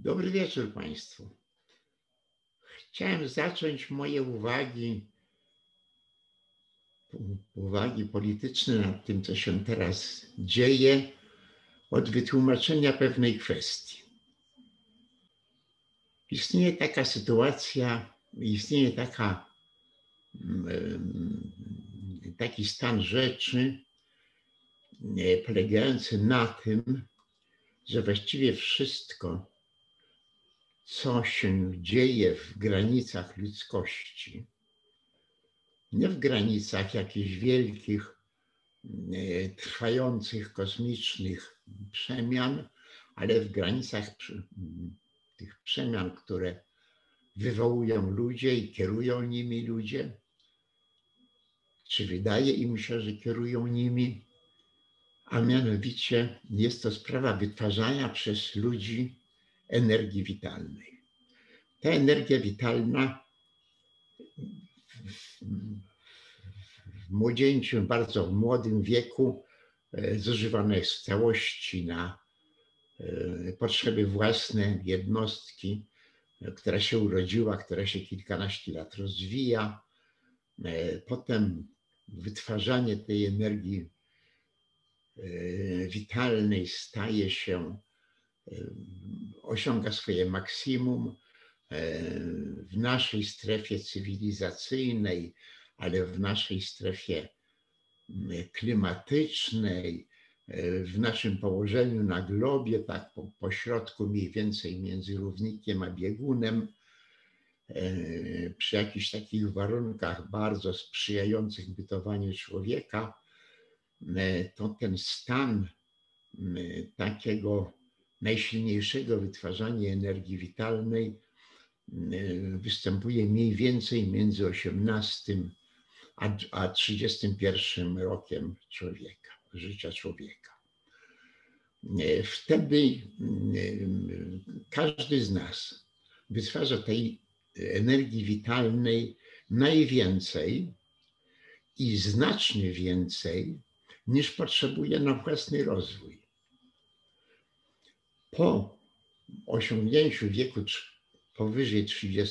Dobry wieczór Państwu. Chciałem zacząć moje uwagi polityczne nad tym, co się teraz dzieje, od wytłumaczenia pewnej kwestii. Istnieje taka sytuacja, istnieje taki stan rzeczy polegający na tym, że właściwie wszystko, co się dzieje w granicach ludzkości, nie w granicach jakichś wielkich, trwających kosmicznych przemian, ale w granicach tych przemian, które wywołują ludzie i kierują nimi ludzie, czy wydaje im się, że kierują nimi, a mianowicie jest to sprawa wytwarzania przez ludzi energii witalnej. Ta energia witalna w młodzieńczym, bardzo młodym wieku zużywana jest w całości na potrzeby własne jednostki, która się urodziła, która się kilkanaście lat rozwija. Potem wytwarzanie tej energii witalnej osiąga swoje maksimum w naszej strefie cywilizacyjnej, ale w naszej strefie klimatycznej, w naszym położeniu na globie, tak po środku mniej więcej między równikiem a biegunem, przy jakichś takich warunkach bardzo sprzyjających bytowaniu człowieka, to ten stan takiego najsilniejszego wytwarzania energii witalnej występuje mniej więcej między 18 a 31 rokiem życia człowieka. Wtedy każdy z nas wytwarza tej energii witalnej najwięcej i znacznie więcej, niż potrzebuje na własny rozwój. Po osiągnięciu wieku powyżej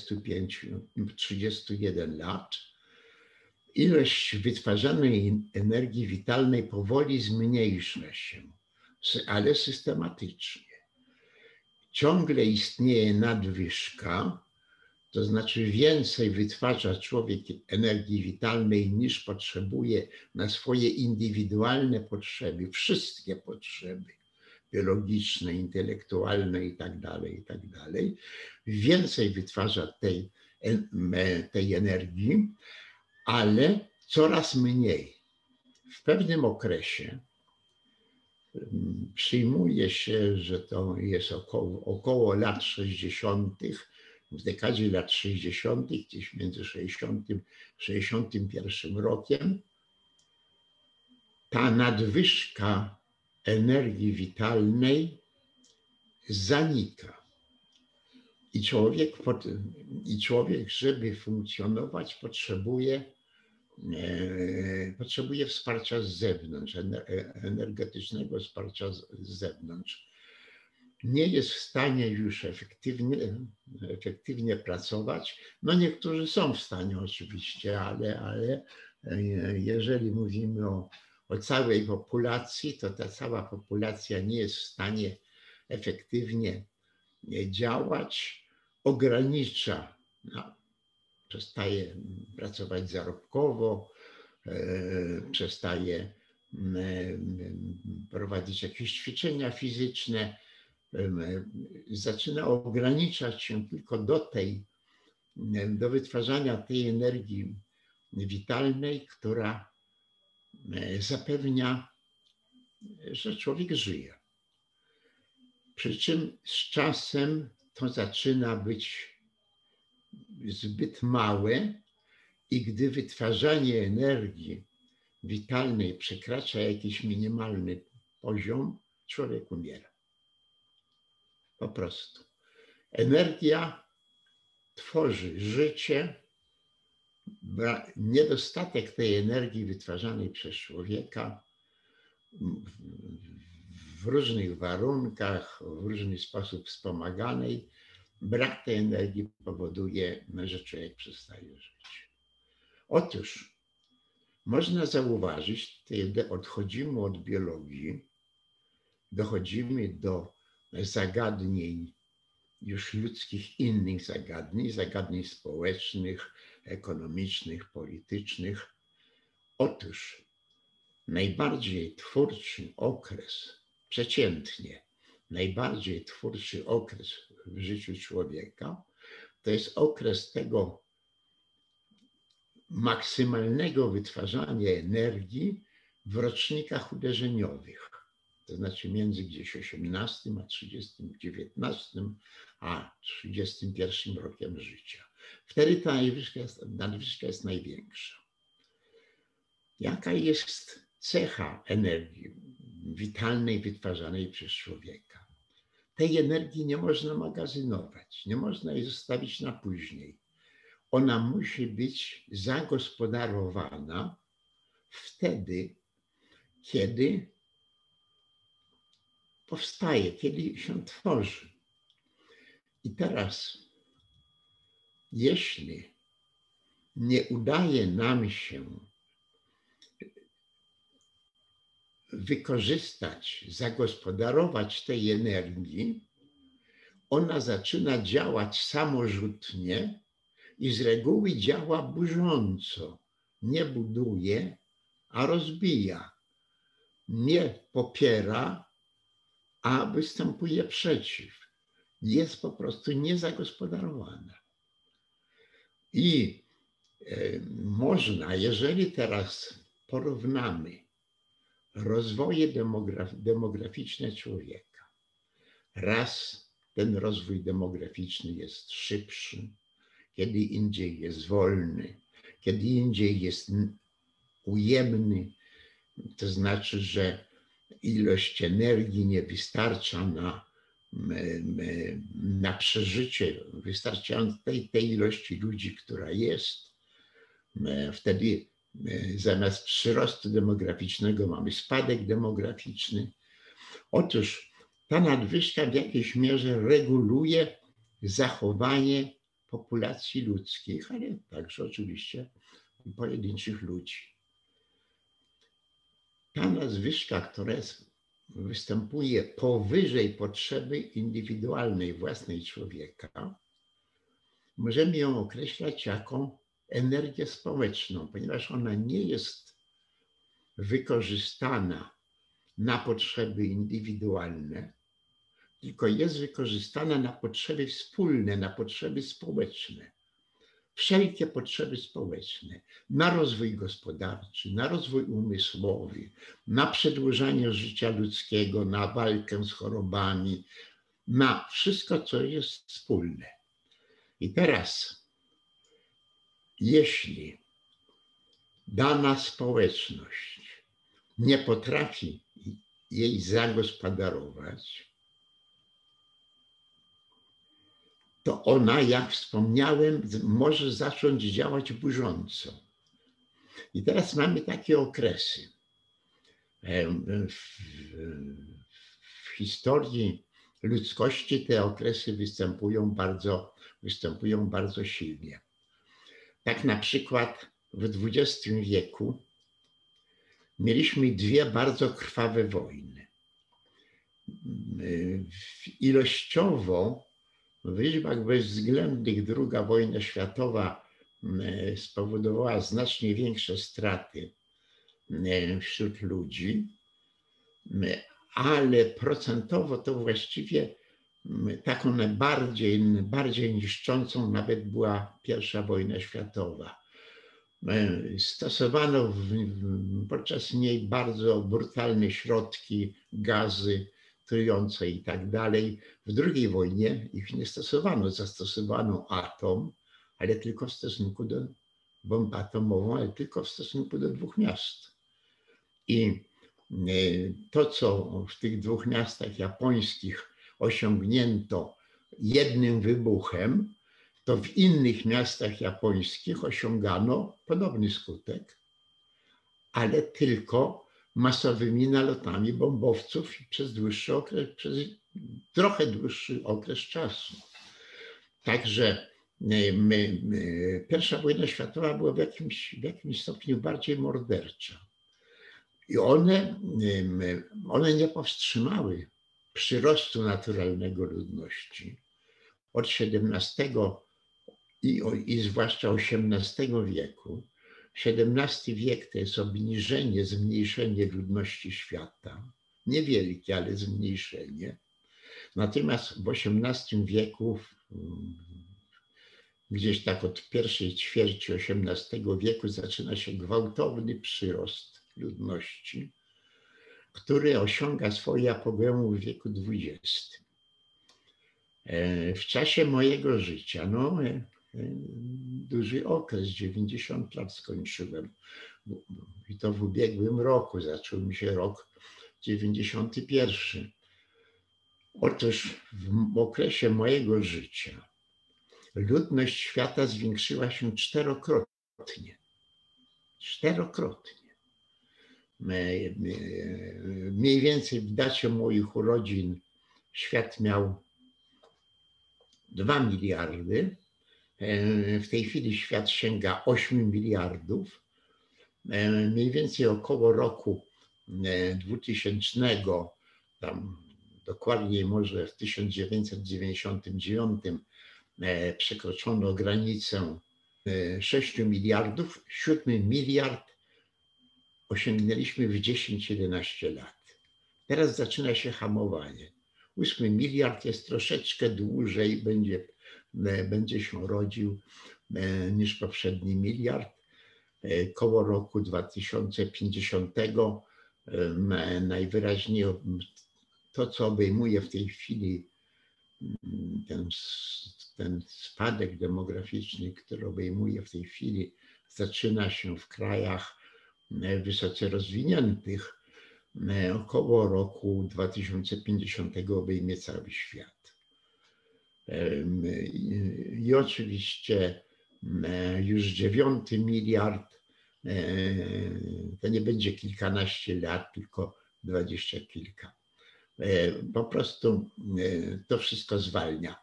31 lat, ilość wytwarzanej energii witalnej powoli zmniejsza się, ale systematycznie. Ciągle istnieje nadwyżka, to znaczy więcej wytwarza człowiek energii witalnej niż potrzebuje na swoje indywidualne potrzeby, wszystkie potrzeby biologiczne, intelektualne itd. Więcej wytwarza tej energii, ale coraz mniej. W pewnym okresie przyjmuje się, że to jest około lat 60., w dekadzie lat 60., gdzieś między 60 a 61 rokiem, ta nadwyżka energii witalnej zanika. I człowiek, żeby funkcjonować, potrzebuje wsparcia z zewnątrz, energetycznego wsparcia z zewnątrz. Nie jest w stanie już efektywnie pracować. No niektórzy są w stanie oczywiście, ale jeżeli mówimy o całej populacji, to ta cała populacja nie jest w stanie efektywnie działać, ogranicza, przestaje pracować zarobkowo, przestaje prowadzić jakieś ćwiczenia fizyczne, zaczyna ograniczać się tylko do wytwarzania tej energii witalnej, która zapewnia, że człowiek żyje. Przy czym z czasem to zaczyna być zbyt małe i gdy wytwarzanie energii witalnej przekracza jakiś minimalny poziom, człowiek umiera. Po prostu. Energia tworzy życie. Niedostatek tej energii wytwarzanej przez człowieka w różnych warunkach, w różny sposób wspomaganej, brak tej energii powoduje, że człowiek przestaje żyć. Otóż można zauważyć, kiedy odchodzimy od biologii, dochodzimy do zagadnień już ludzkich, innych zagadnień, zagadnień społecznych, ekonomicznych, politycznych. Otóż najbardziej twórczy okres, przeciętnie, najbardziej twórczy okres w życiu człowieka to jest okres tego maksymalnego wytwarzania energii w rocznikach uderzeniowych. To znaczy między gdzieś 18 a 30, 19 a 31 rokiem życia. Wtedy ta nadwyżka jest największa. Jaka jest cecha energii witalnej wytwarzanej przez człowieka? Tej energii nie można magazynować, nie można jej zostawić na później. Ona musi być zagospodarowana wtedy, kiedy powstaje, kiedy się tworzy. I teraz, jeśli nie udaje nam się wykorzystać, zagospodarować tej energii, ona zaczyna działać samorzutnie i z reguły działa burząco. Nie buduje, a rozbija. Nie popiera, a występuje przeciw. Jest po prostu niezagospodarowana. I można, jeżeli teraz porównamy rozwoje demograficzne człowieka, raz ten rozwój demograficzny jest szybszy, kiedy indziej jest wolny, kiedy indziej jest ujemny, to znaczy, że ilość energii nie wystarcza na przeżycie wystarczającej tej ilości ludzi, która jest. Wtedy zamiast przyrostu demograficznego mamy spadek demograficzny. Otóż ta nadwyżka w jakiejś mierze reguluje zachowanie populacji ludzkich, ale także oczywiście pojedynczych ludzi. Ta nadwyżka, która występuje powyżej potrzeby indywidualnej, własnej człowieka, możemy ją określać jako energię społeczną, ponieważ ona nie jest wykorzystana na potrzeby indywidualne, tylko jest wykorzystana na potrzeby wspólne, na potrzeby społeczne. Wszelkie potrzeby społeczne, na rozwój gospodarczy, na rozwój umysłowy, na przedłużanie życia ludzkiego, na walkę z chorobami, na wszystko, co jest wspólne. I teraz, jeśli dana społeczność nie potrafi jej zagospodarować, to ona, jak wspomniałem, może zacząć działać burząco. I teraz mamy takie okresy. W historii ludzkości te okresy występują bardzo silnie. Tak na przykład w XX wieku mieliśmy dwie bardzo krwawe wojny. Ilościowo w liczbach bezwzględnych II wojna światowa spowodowała znacznie większe straty wśród ludzi, ale procentowo to właściwie taką bardziej niszczącą nawet była I wojna światowa. Stosowano podczas niej bardzo brutalne środki, gazy trujące i tak dalej. W II wojnie ich nie stosowano. Zastosowano atom, ale tylko w stosunku do bomb atomową, ale tylko w stosunku do dwóch miast. I to, co w tych dwóch miastach japońskich osiągnięto jednym wybuchem, to w innych miastach japońskich osiągano podobny skutek, ale tylko masowymi nalotami bombowców przez dłuższy okres, przez trochę dłuższy okres czasu. Także pierwsza wojna światowa była w jakimś stopniu bardziej mordercza. I one nie powstrzymały przyrostu naturalnego ludności. Od XVII i zwłaszcza XVIII wieku. XVII wiek to jest zmniejszenie ludności świata. Niewielkie, ale zmniejszenie. Natomiast w XVIII wieku, gdzieś tak od pierwszej ćwierci XVIII wieku zaczyna się gwałtowny przyrost ludności, który osiąga swoje apogeum w wieku XX. W czasie mojego życia, duży okres, 90 lat skończyłem i to w ubiegłym roku, zaczął mi się rok 91. Otóż w okresie mojego życia ludność świata zwiększyła się czterokrotnie. Czterokrotnie. Mniej więcej w dacie moich urodzin świat miał 2 miliardy. W tej chwili świat sięga 8 miliardów. Mniej więcej około roku 2000, tam dokładniej może w 1999 przekroczono granicę 6 miliardów. 7 miliard osiągnęliśmy w 10-11 lat. Teraz zaczyna się hamowanie. 8 miliard jest troszeczkę dłużej, będzie się rodził niż poprzedni miliard. Koło roku 2050 najwyraźniej to, co obejmuje w tej chwili ten spadek demograficzny, który obejmuje w tej chwili, zaczyna się w krajach wysoce rozwiniętych. Około roku 2050 obejmie cały świat. I oczywiście już 9 miliard to nie będzie kilkanaście lat, tylko 20 kilka. Po prostu to wszystko zwalnia.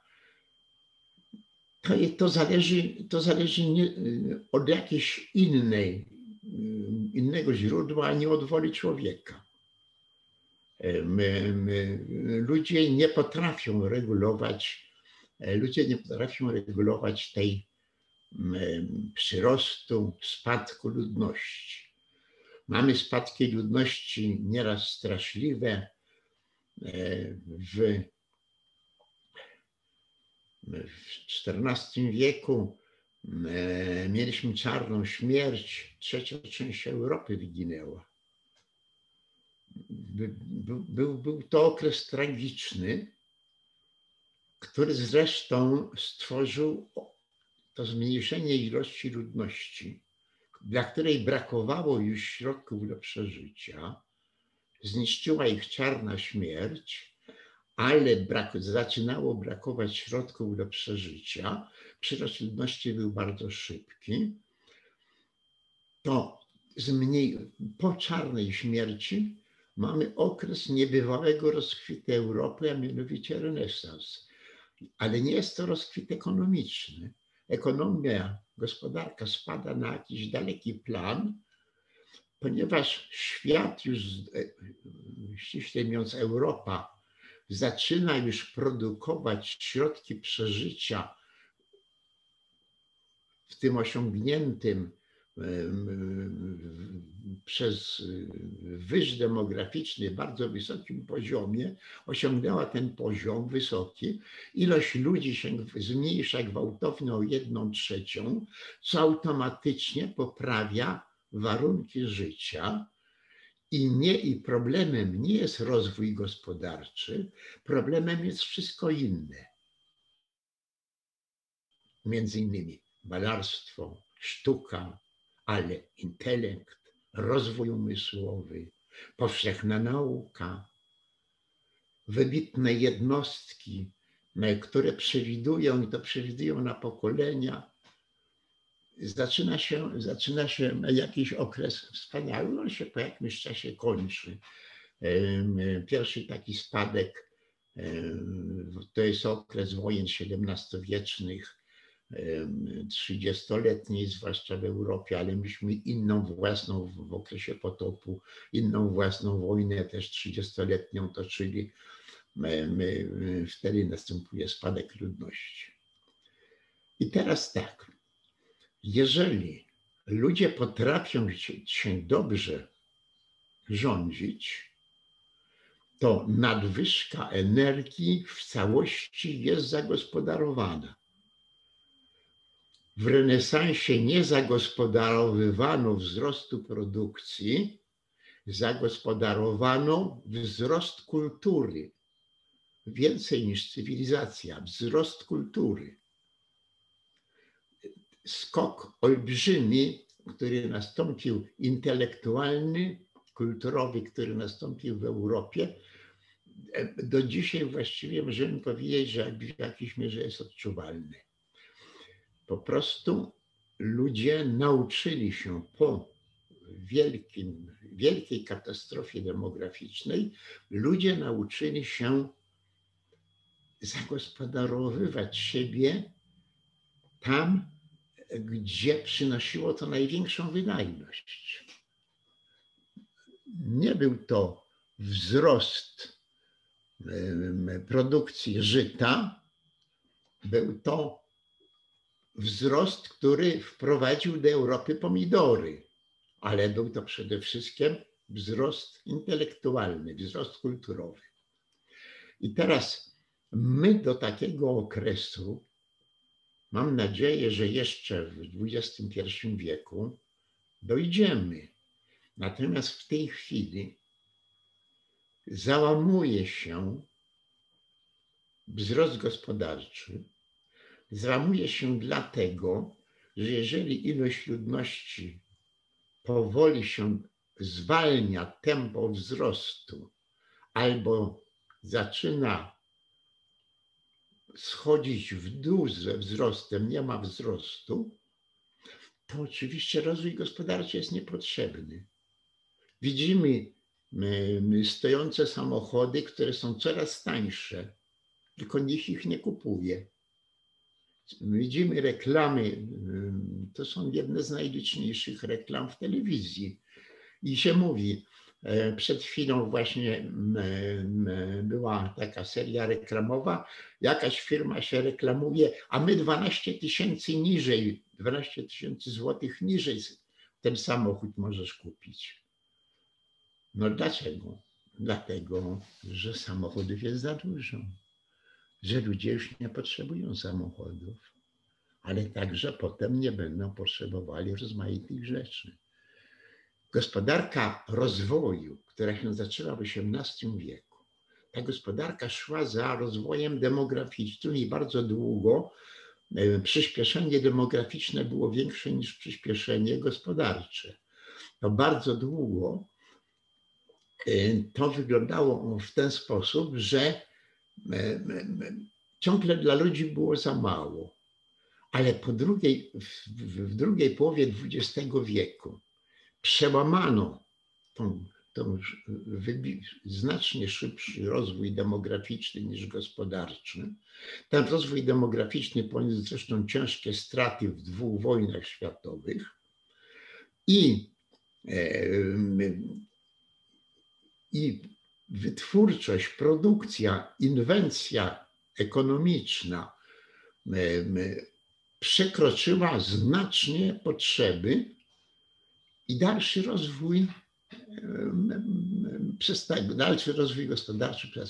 To zależy nie od jakiejś innego źródła, a nie od woli człowieka. Ludzie nie potrafią regulować tej przyrostu, spadku ludności. Mamy spadki ludności nieraz straszliwe. W XIV wieku mieliśmy czarną śmierć, trzecia część Europy wyginęła. Był to okres tragiczny, który zresztą stworzył to zmniejszenie ilości ludności, dla której brakowało już środków do przeżycia. Zniszczyła ich czarna śmierć, ale zaczynało brakować środków do przeżycia. Przyrost ludności był bardzo szybki. Po czarnej śmierci mamy okres niebywałego rozkwitu Europy, a mianowicie renesans. Ale nie jest to rozkwit ekonomiczny. Ekonomia, gospodarka spada na jakiś daleki plan, ponieważ świat już, ściśle mówiąc Europa, zaczyna już produkować środki przeżycia w tym osiągniętym przez wyż demograficzny bardzo wysokim poziomie, osiągnęła ten poziom wysoki. Ilość ludzi się zmniejsza gwałtownie o 1/3, co automatycznie poprawia warunki życia. I problemem nie jest rozwój gospodarczy, problemem jest wszystko inne. Między innymi malarstwo, sztuka, ale intelekt, rozwój umysłowy, powszechna nauka, wybitne jednostki, które przewidują i to przewidują na pokolenia zaczyna się jakiś okres wspaniały, on się po jakimś czasie kończy. Pierwszy taki spadek to jest okres wojen XVII-wiecznych, 30-letniej, zwłaszcza w Europie, ale myśmy inną własną w okresie potopu, inną własną wojnę też 30-letnią toczyli. Wtedy następuje spadek ludności. I teraz tak, jeżeli ludzie potrafią się dobrze rządzić, to nadwyżka energii w całości jest zagospodarowana. W renesansie nie zagospodarowywano wzrostu produkcji, zagospodarowano wzrost kultury. Więcej niż cywilizacja, wzrost kultury. Skok olbrzymi, który nastąpił, intelektualny, kulturowy, który nastąpił w Europie, do dzisiaj właściwie możemy powiedzieć, że w jakiejś mierze jest odczuwalny. Po prostu ludzie nauczyli się po wielkiej katastrofie demograficznej, ludzie nauczyli się zagospodarowywać siebie tam, gdzie przynosiło to największą wydajność. Nie był to wzrost produkcji żyta, był to wzrost, który wprowadził do Europy pomidory, ale był to przede wszystkim wzrost intelektualny, wzrost kulturowy. I teraz my do takiego okresu, mam nadzieję, że jeszcze w XXI wieku dojdziemy. Natomiast w tej chwili załamuje się wzrost gospodarczy. Załamuje się dlatego, że jeżeli ilość ludności powoli się zwalnia tempo wzrostu albo zaczyna schodzić w dół ze wzrostem, nie ma wzrostu, to oczywiście rozwój gospodarczy jest niepotrzebny. Widzimy stojące samochody, które są coraz tańsze, tylko nikt ich nie kupuje. Widzimy reklamy, to są jedne z najliczniejszych reklam w telewizji. I się mówi, przed chwilą właśnie była taka seria reklamowa, jakaś firma się reklamuje, a my 12 000 niżej, 12 000 złotych niżej ten samochód możesz kupić. No dlaczego? Dlatego, że samochodów jest za dużo, że ludzie już nie potrzebują samochodów, ale także potem nie będą potrzebowali rozmaitych rzeczy. Gospodarka rozwoju, która się zaczęła w XVIII wieku, ta gospodarka szła za rozwojem demograficznym i bardzo długo przyspieszenie demograficzne było większe niż przyspieszenie gospodarcze. To bardzo długo to wyglądało w ten sposób, że ciągle dla ludzi było za mało. Ale w drugiej połowie XX wieku przełamano tą znacznie szybszy rozwój demograficzny niż gospodarczy. Ten rozwój demograficzny poniósł zresztą ciężkie straty w 2 wojnach światowych i wytwórczość, produkcja, inwencja ekonomiczna przekroczyła znacznie potrzeby i dalszy rozwój gospodarczy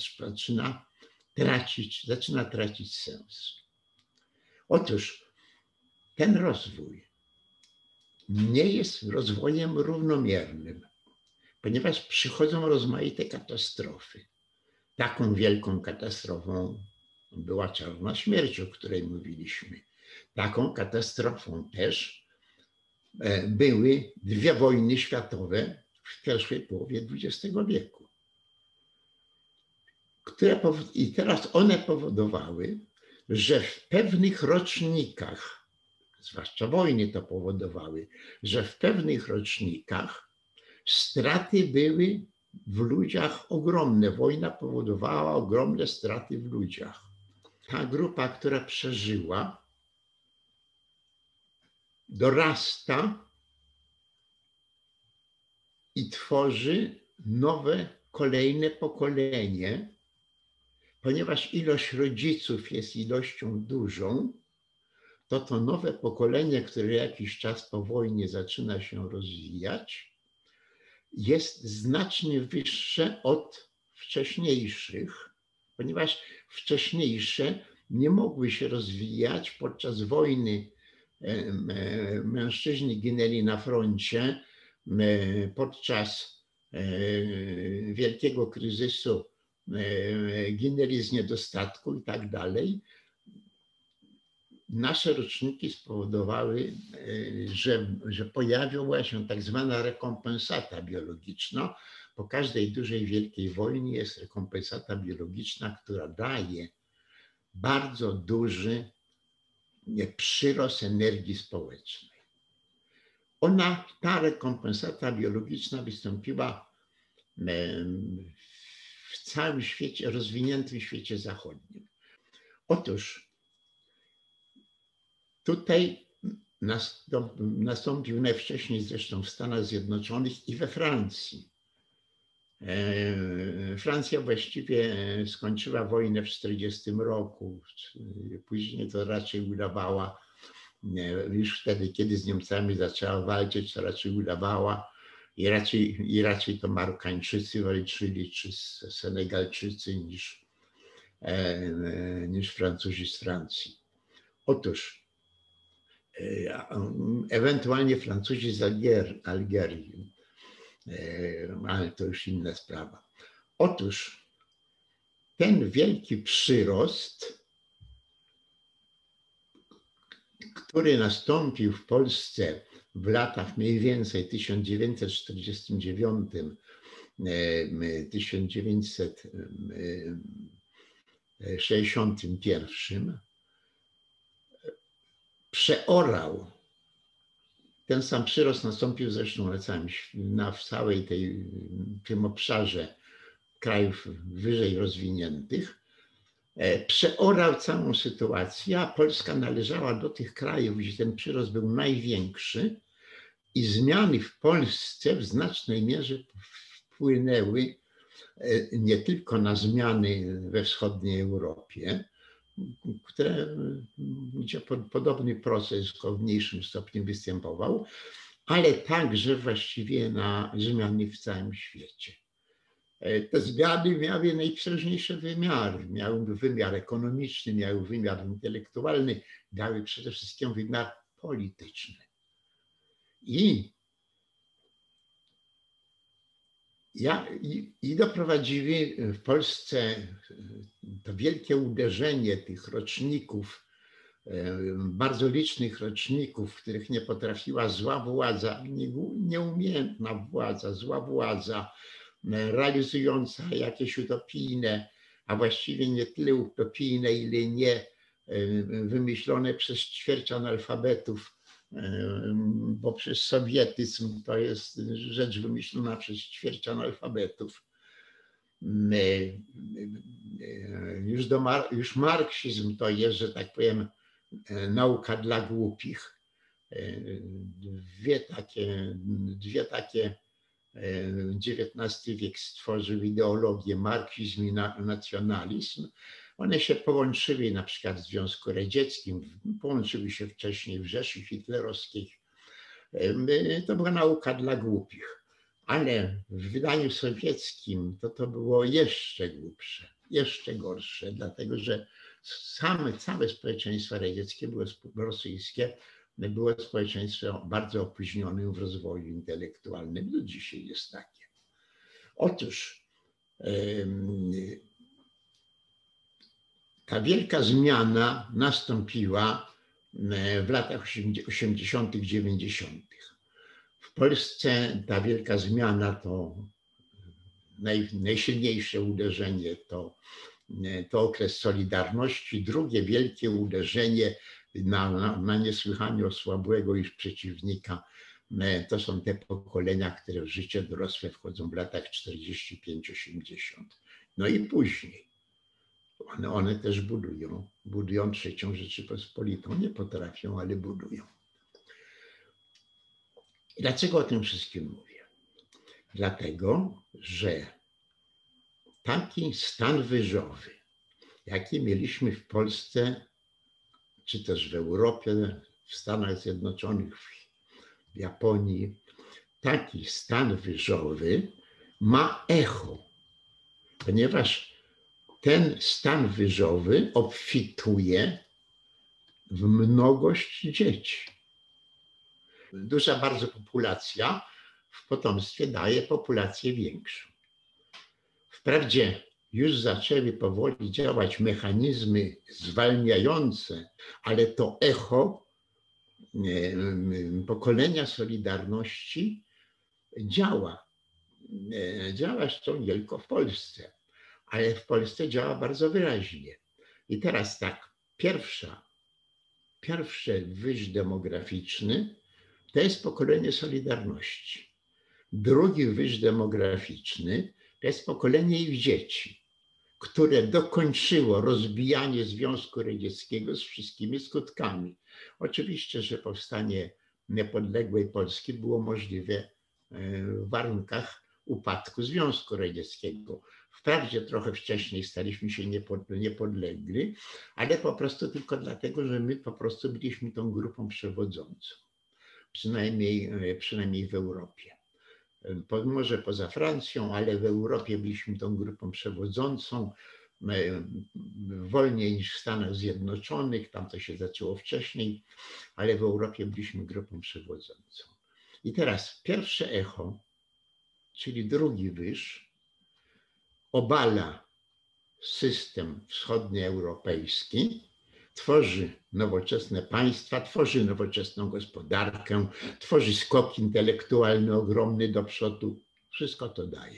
zaczyna tracić sens. Otóż ten rozwój nie jest rozwojem równomiernym, ponieważ przychodzą rozmaite katastrofy. Taką wielką katastrofą była czarna śmierć, o której mówiliśmy. Taką katastrofą też były 2 wojny światowe w pierwszej połowie XX wieku. I teraz one powodowały, że w pewnych rocznikach zwłaszcza wojny to powodowały, że w pewnych rocznikach straty były w ludziach ogromne. Wojna powodowała ogromne straty w ludziach. Ta grupa, która przeżyła, dorasta i tworzy nowe, kolejne pokolenie, ponieważ ilość rodziców jest ilością dużą, to nowe pokolenie, które jakiś czas po wojnie zaczyna się rozwijać, jest znacznie wyższe od wcześniejszych, ponieważ wcześniejsze nie mogły się rozwijać. Podczas wojny mężczyźni ginęli na froncie, podczas wielkiego kryzysu ginęli z niedostatku i tak dalej. Nasze roczniki spowodowały, że pojawiła się tak zwana rekompensata biologiczna. Po każdej dużej, wielkiej wojnie jest rekompensata biologiczna, która daje bardzo duży przyrost energii społecznej. Ta rekompensata biologiczna wystąpiła w całym świecie, rozwiniętym świecie zachodnim. Otóż tutaj nastąpił najwcześniej zresztą w Stanach Zjednoczonych i we Francji. Francja właściwie skończyła wojnę w 1940 roku. Później to raczej udawała, już wtedy, kiedy z Niemcami zaczęła walczyć, to raczej udawała i raczej to Marokańczycy walczyli, czy Senegalczycy niż Francuzi z Francji. Otóż ewentualnie Francuzi z Algierii, ale to już inna sprawa. Otóż ten wielki przyrost, który nastąpił w Polsce w latach mniej więcej 1949-1961, przeorał. Ten sam przyrost nastąpił zresztą w całej tym obszarze krajów wyżej rozwiniętych. Przeorał całą sytuację, a Polska należała do tych krajów, gdzie ten przyrost był największy i zmiany w Polsce w znacznej mierze wpłynęły nie tylko na zmiany we wschodniej Europie, gdzie podobny proces w mniejszym stopniu występował, ale także właściwie na zmiany w całym świecie. Te zmiany miały najprzeróżniejsze wymiary. Miały wymiar ekonomiczny, miały wymiar intelektualny, miały przede wszystkim wymiar polityczny. I doprowadziły w Polsce to wielkie uderzenie tych roczników, bardzo licznych roczników, w których nie potrafiła zła władza, nieumiejętna władza, zła władza, realizująca jakieś utopijne, a właściwie nie tyle utopijne, ile nie wymyślone przez ćwierć analfabetów, bo przez sowietyzm to jest rzecz wymyślona przez ćwierć analfabetów. Już marksizm to jest, że tak powiem, nauka dla głupich. Dwie takie XIX wiek stworzył ideologię, marksizm i nacjonalizm. One się połączyły na przykład w Związku Radzieckim, połączyły się wcześniej w Rzeszy Hitlerowskiej. To była nauka dla głupich, ale w wydaniu sowieckim to było jeszcze głupsze, jeszcze gorsze, dlatego że całe społeczeństwo radzieckie, rosyjskie, było społeczeństwem bardzo opóźnionym w rozwoju intelektualnym. Do dzisiaj jest takie. Otóż ta wielka zmiana nastąpiła w latach 80., 90. W Polsce ta wielka zmiana to najsilniejsze uderzenie to to okres Solidarności, drugie wielkie uderzenie na niesłychanie osłabłego już przeciwnika. To są te pokolenia, które w życie dorosłe wchodzą w latach 45-80. No i później. One też budują trzecią Rzeczypospolitą. Nie potrafią, ale budują. Dlaczego o tym wszystkim mówię? Dlatego, że taki stan wyżowy, jaki mieliśmy w Polsce, czy też w Europie, w Stanach Zjednoczonych, w Japonii, taki stan wyżowy ma echo, ponieważ ten stan wyżowy obfituje w mnogość dzieci. Duża bardzo populacja w potomstwie daje populację większą. Wprawdzie już zaczęły powoli działać mechanizmy zwalniające, ale to echo pokolenia Solidarności działa. Działa zresztą nie tylko w Polsce, ale w Polsce działa bardzo wyraźnie. I teraz tak, pierwszy wyż demograficzny to jest pokolenie Solidarności. Drugi wyż demograficzny to jest pokolenie ich dzieci, które dokończyło rozbijanie Związku Radzieckiego z wszystkimi skutkami. Oczywiście, że powstanie niepodległej Polski było możliwe w warunkach upadku Związku Radzieckiego. Wprawdzie trochę wcześniej staliśmy się niepodlegli, ale po prostu tylko dlatego, że my po prostu byliśmy tą grupą przewodzącą, przynajmniej w Europie. Może poza Francją, ale w Europie byliśmy tą grupą przewodzącą, wolniej niż w Stanach Zjednoczonych, tam to się zaczęło wcześniej, ale w Europie byliśmy grupą przewodzącą. I teraz pierwsze echo, czyli drugi wyż, obala system wschodnioeuropejski, tworzy nowoczesne państwa, tworzy nowoczesną gospodarkę, tworzy skok intelektualny ogromny do przodu. Wszystko to daje.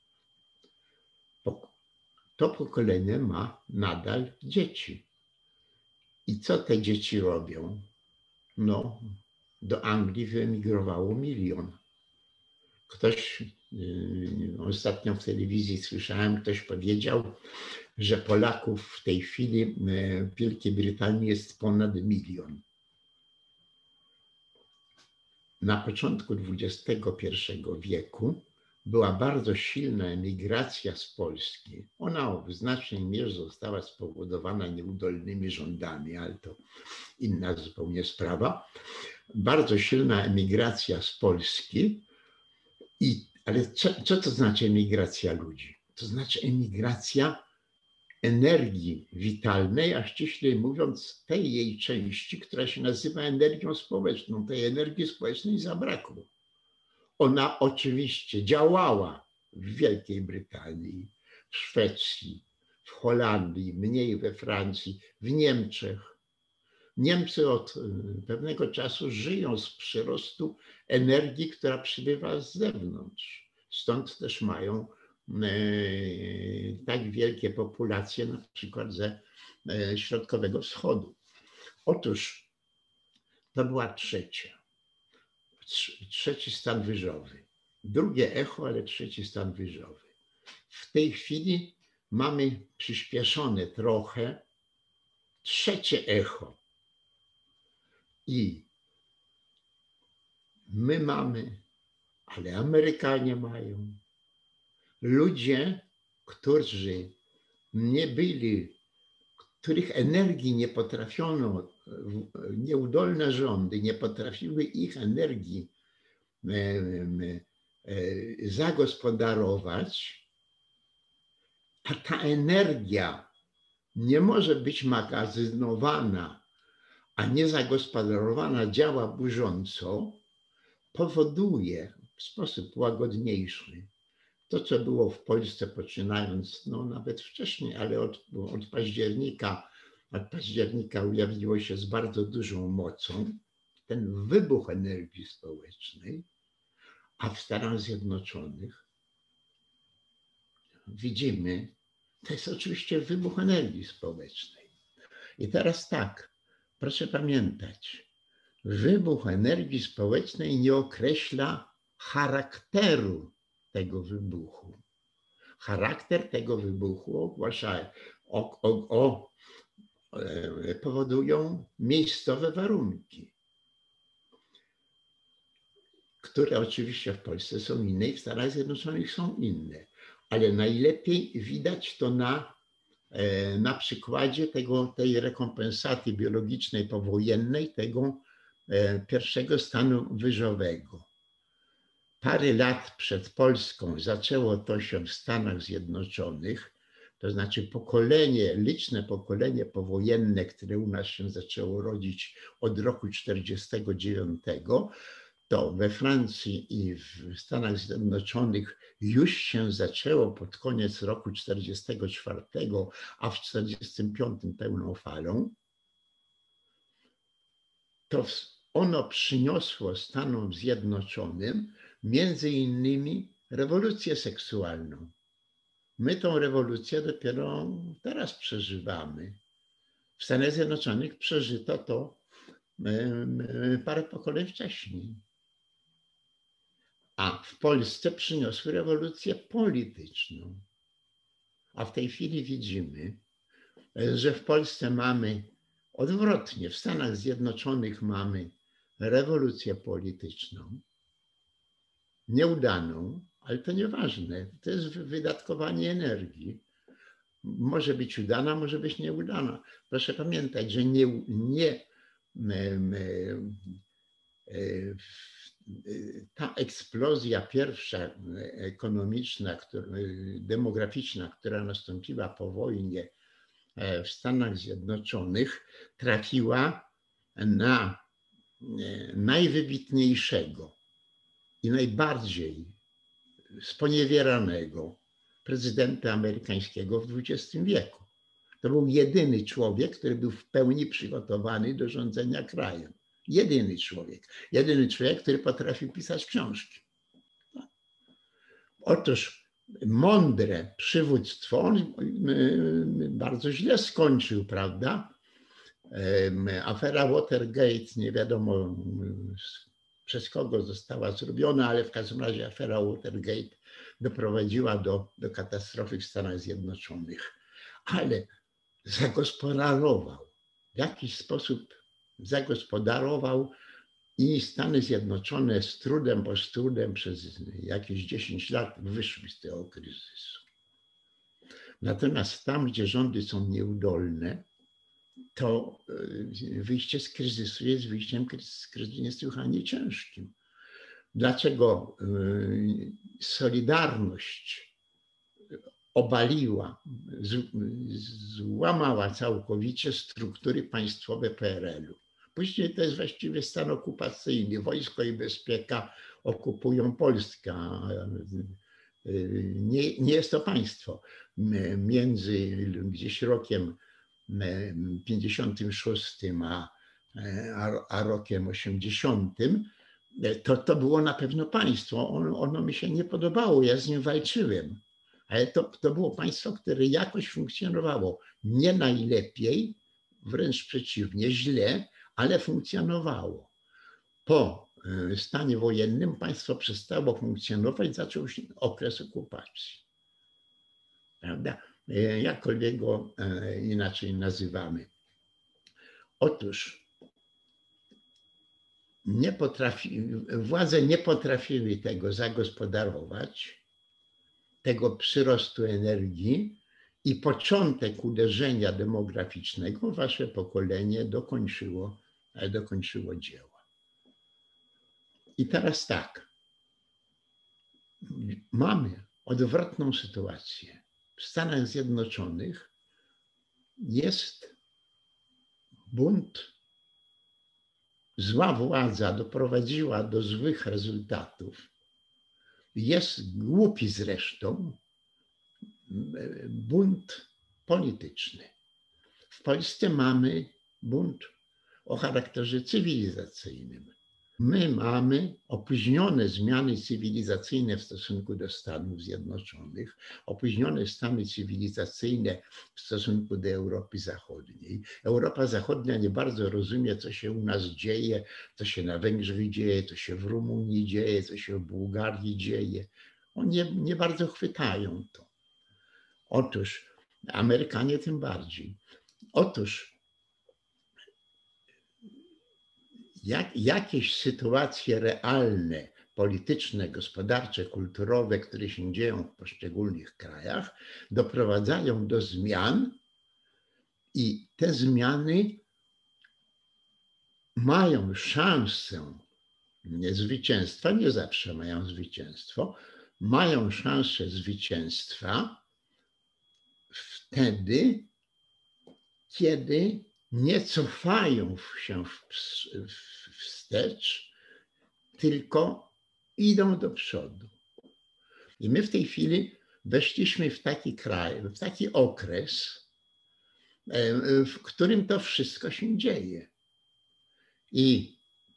To pokolenie ma nadal dzieci. I co te dzieci robią? No, do Anglii wyemigrowało 1 milion. Ktoś, ostatnio w telewizji słyszałem, ktoś powiedział, że Polaków w tej chwili w Wielkiej Brytanii jest ponad 1 milion. Na początku XXI wieku była bardzo silna emigracja z Polski. Ona w znacznej mierze została spowodowana nieudolnymi rządami, ale to inna zupełnie sprawa. Bardzo silna emigracja z Polski. Ale co to znaczy emigracja ludzi? To znaczy emigracja energii witalnej, a ściślej mówiąc tej jej części, która się nazywa energią społeczną. Tej energii społecznej zabrakło. Ona oczywiście działała w Wielkiej Brytanii, w Szwecji, w Holandii, mniej we Francji, w Niemczech. Niemcy od pewnego czasu żyją z przyrostu energii, która przybywa z zewnątrz. Stąd też mają tak wielkie populacje, na przykład ze Środkowego Wschodu. Otóż to była trzeci stan wyżowy. Drugie echo, ale trzeci stan wyżowy. W tej chwili mamy przyspieszone trochę trzecie echo. I my mamy, ale Amerykanie mają. Ludzie, którzy nie byli, których energii nie potrafiono, nieudolne rządy nie potrafiły ich energii zagospodarować, a ta energia nie może być magazynowana, a niezagospodarowana działa burząco, powoduje w sposób łagodniejszy to, co było w Polsce poczynając, no nawet wcześniej, ale od października ujawniło się z bardzo dużą mocą ten wybuch energii społecznej, a w Stanach Zjednoczonych widzimy, To jest oczywiście wybuch energii społecznej. I teraz tak, proszę pamiętać, wybuch energii społecznej nie określa charakteru tego wybuchu. Charakter tego wybuchu powodują miejscowe warunki, które oczywiście w Polsce są inne i w Stanach Zjednoczonych są inne, ale najlepiej widać to na przykładzie tej rekompensaty biologicznej powojennej, tego pierwszego stanu wyżowego. Parę lat przed Polską zaczęło to się w Stanach Zjednoczonych, to znaczy liczne pokolenie powojenne, które u nas się zaczęło rodzić od roku 1949, to we Francji i w Stanach Zjednoczonych już się zaczęło pod koniec roku 1944, a w 1945 pełną falą. To ono przyniosło Stanom Zjednoczonym między innymi rewolucję seksualną. My tą rewolucję dopiero teraz przeżywamy. W Stanach Zjednoczonych przeżyto to parę pokoleń wcześniej. A w Polsce przyniosły rewolucję polityczną. A w tej chwili widzimy, że w Polsce mamy odwrotnie. W Stanach Zjednoczonych mamy rewolucję polityczną, nieudaną, ale to nieważne. To jest wydatkowanie energii. Może być udana, może być nieudana. Proszę pamiętać, że ta eksplozja pierwsza ekonomiczna, demograficzna, która nastąpiła po wojnie w Stanach Zjednoczonych, trafiła na najwybitniejszego i najbardziej sponiewieranego prezydenta amerykańskiego w XX wieku. To był jedyny człowiek, który był w pełni przygotowany do rządzenia krajem. Jedyny człowiek, który potrafił pisać książki. Otóż mądre przywództwo, on bardzo źle skończył, prawda? Afera Watergate, nie wiadomo przez kogo została zrobiona, ale w każdym razie afera Watergate doprowadziła do katastrofy w Stanach Zjednoczonych. Ale zagospodarował, w jakiś sposób zagospodarował i Stany Zjednoczone z trudem przez jakieś 10 lat wyszły z tego kryzysu. Natomiast tam, gdzie rządy są nieudolne, to wyjście z kryzysu jest wyjściem niesłychanie ciężkim. Dlaczego Solidarność obaliła, złamała całkowicie struktury państwowe PRL-u? Później to jest właściwie stan okupacyjny. Wojsko i bezpieka okupują Polskę. Nie jest to państwo. Między gdzieś rokiem 56 a rokiem 80 to było na pewno państwo. Ono mi się nie podobało, ja z nim walczyłem. Ale to było państwo, które jakoś funkcjonowało. Nie najlepiej, wręcz przeciwnie, źle, ale funkcjonowało. Po stanie wojennym państwo przestało funkcjonować, zaczął się okres okupacji. Prawda? Jakkolwiek go inaczej nazywamy. Otóż władze nie potrafiły tego zagospodarować, tego przyrostu energii i początek uderzenia demograficznego wasze pokolenie dokończyło dzieła. I teraz tak, mamy odwrotną sytuację. W Stanach Zjednoczonych jest bunt, zła władza doprowadziła do złych rezultatów. Jest głupi zresztą bunt polityczny. W Polsce mamy bunt o charakterze cywilizacyjnym. My mamy opóźnione zmiany cywilizacyjne w stosunku do Stanów Zjednoczonych, opóźnione stany cywilizacyjne w stosunku do Europy Zachodniej. Europa Zachodnia nie bardzo rozumie, co się u nas dzieje, co się na Węgrzech dzieje, co się w Rumunii dzieje, co się w Bułgarii dzieje. Oni nie bardzo chwytają to. Otóż Amerykanie tym bardziej. Otóż jakieś sytuacje realne, polityczne, gospodarcze, kulturowe, które się dzieją w poszczególnych krajach, doprowadzają do zmian i te zmiany mają szansę zwycięstwa, nie zawsze mają zwycięstwo, mają szansę zwycięstwa wtedy, kiedy nie cofają się wstecz, tylko idą do przodu. I my w tej chwili weszliśmy w taki kraj, w taki okres, w którym to wszystko się dzieje. I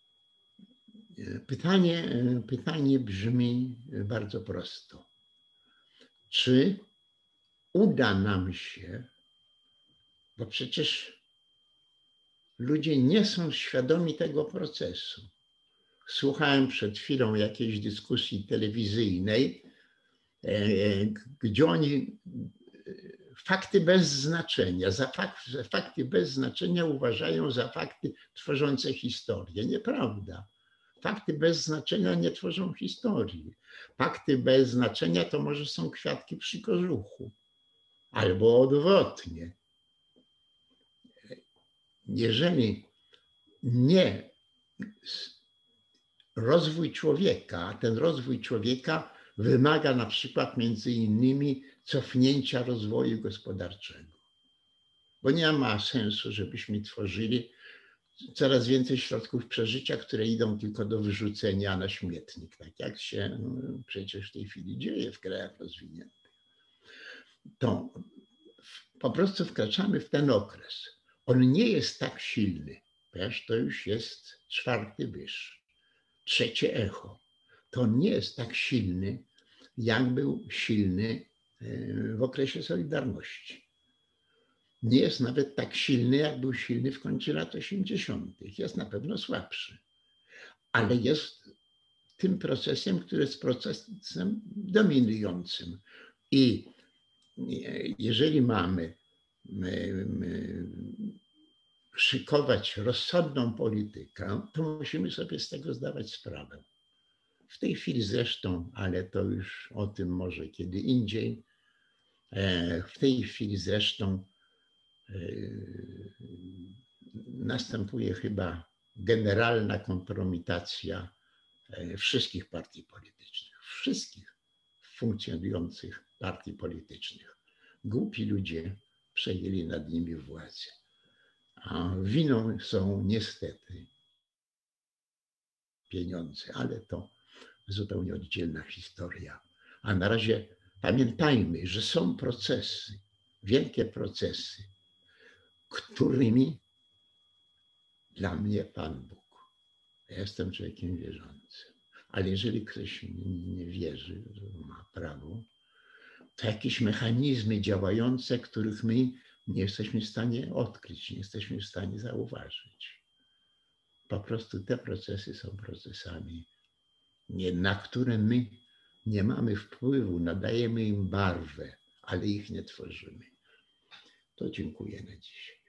pytanie brzmi bardzo prosto. Czy uda nam się, bo przecież ludzie nie są świadomi tego procesu. Słuchałem przed chwilą jakiejś dyskusji telewizyjnej, gdzie oni fakty bez znaczenia, fakty bez znaczenia uważają za fakty tworzące historię. Nieprawda. Fakty bez znaczenia nie tworzą historii. Fakty bez znaczenia to może są kwiatki przy kożuchu, albo odwrotnie. Jeżeli nie rozwój człowieka, ten rozwój człowieka wymaga na przykład między innymi cofnięcia rozwoju gospodarczego. Bo nie ma sensu, żebyśmy tworzyli coraz więcej środków przeżycia, które idą tylko do wyrzucenia na śmietnik, tak jak się przecież w tej chwili dzieje w krajach rozwiniętych. To po prostu wkraczamy w ten okres. On nie jest tak silny, ponieważ to już jest 4. wyż, 3. echo. To on nie jest tak silny, jak był silny w okresie Solidarności. Nie jest nawet tak silny, jak był silny w końcu lat 80. Jest na pewno słabszy, ale jest tym procesem, który jest procesem dominującym. I jeżeli mamy szykować rozsądną politykę, to musimy sobie z tego zdawać sprawę. W tej chwili zresztą, ale to już o tym może kiedy indziej, w tej chwili zresztą następuje chyba generalna kompromitacja wszystkich partii politycznych, wszystkich funkcjonujących partii politycznych. Głupi ludzie przejęli nad nimi władzę. A winą są niestety pieniądze, ale to zupełnie oddzielna historia. A na razie pamiętajmy, że są procesy, wielkie procesy, którymi dla mnie Pan Bóg. Ja jestem człowiekiem wierzącym, ale jeżeli ktoś nie wierzy, że ma prawo, to jakieś mechanizmy działające, których my nie jesteśmy w stanie odkryć, nie jesteśmy w stanie zauważyć. Po prostu te procesy są procesami, na które my nie mamy wpływu, nadajemy im barwę, ale ich nie tworzymy. To dziękuję na dziś.